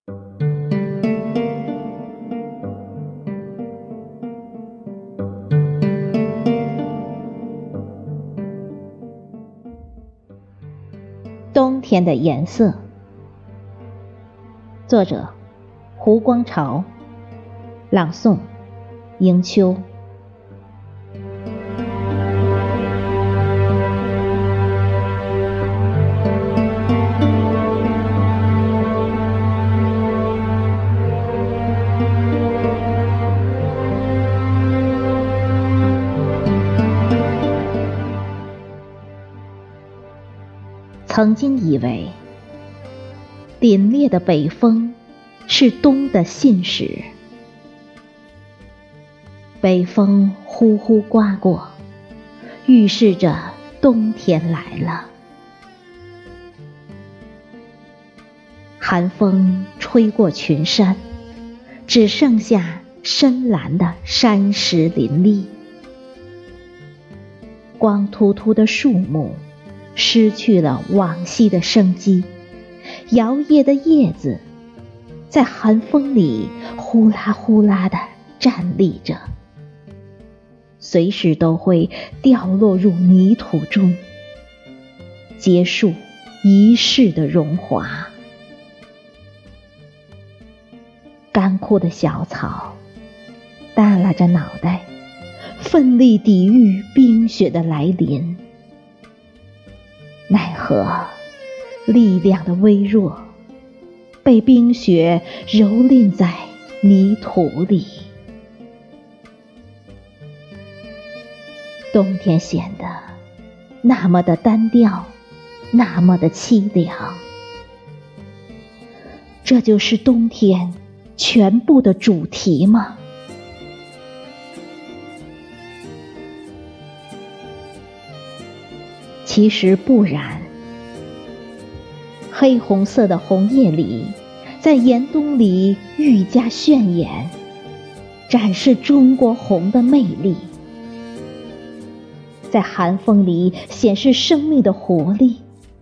冬天的颜色，作者胡光朝，朗诵迎秋。曾经以为凛冽的北风是冬的信使，北风呼呼刮过，预示着冬天来了。寒风吹过群山，只剩下深蓝的山石林立，光秃秃的树木失去了往昔的生机，摇曳的叶子在寒风里呼啦呼啦地站立着，随时都会掉落入泥土中，结束一世的荣华。干枯的小草耷拉着脑袋，奋力抵御冰雪的来临，奈何力量的微弱，被冰雪蹂躏在泥土里。冬天显得那么的单调，那么的凄凉。这就是冬天全部的主题吗？其实不然，黑红色的红叶里，在严冬里愈加炫眼，展示中国红的魅力，在寒风里显示生命的活力。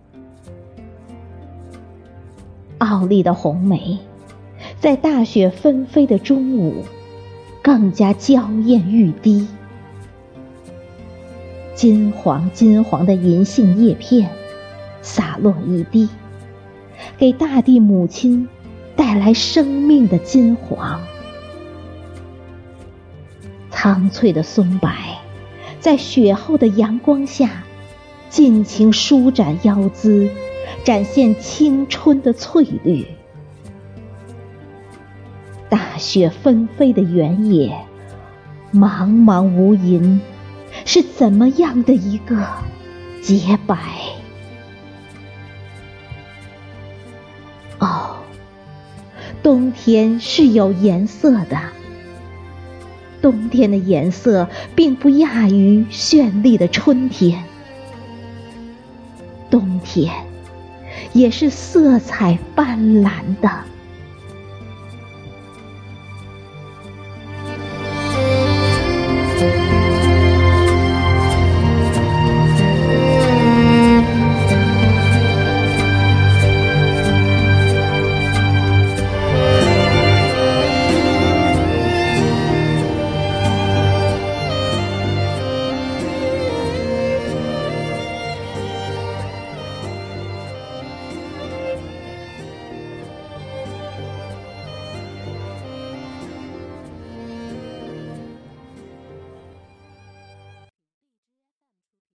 傲立的红梅，在大雪纷飞的中午，更加娇艳欲滴。金黄金黄的银杏叶片洒落一地，给大地母亲带来生命的金黄。苍翠的松柏在雪后的阳光下尽情舒展腰姿，展现青春的翠绿。大雪纷飞的原野茫茫无垠，是怎么样的一个洁白？哦，冬天是有颜色的，冬天的颜色并不亚于绚丽的春天，冬天也是色彩斑斓的。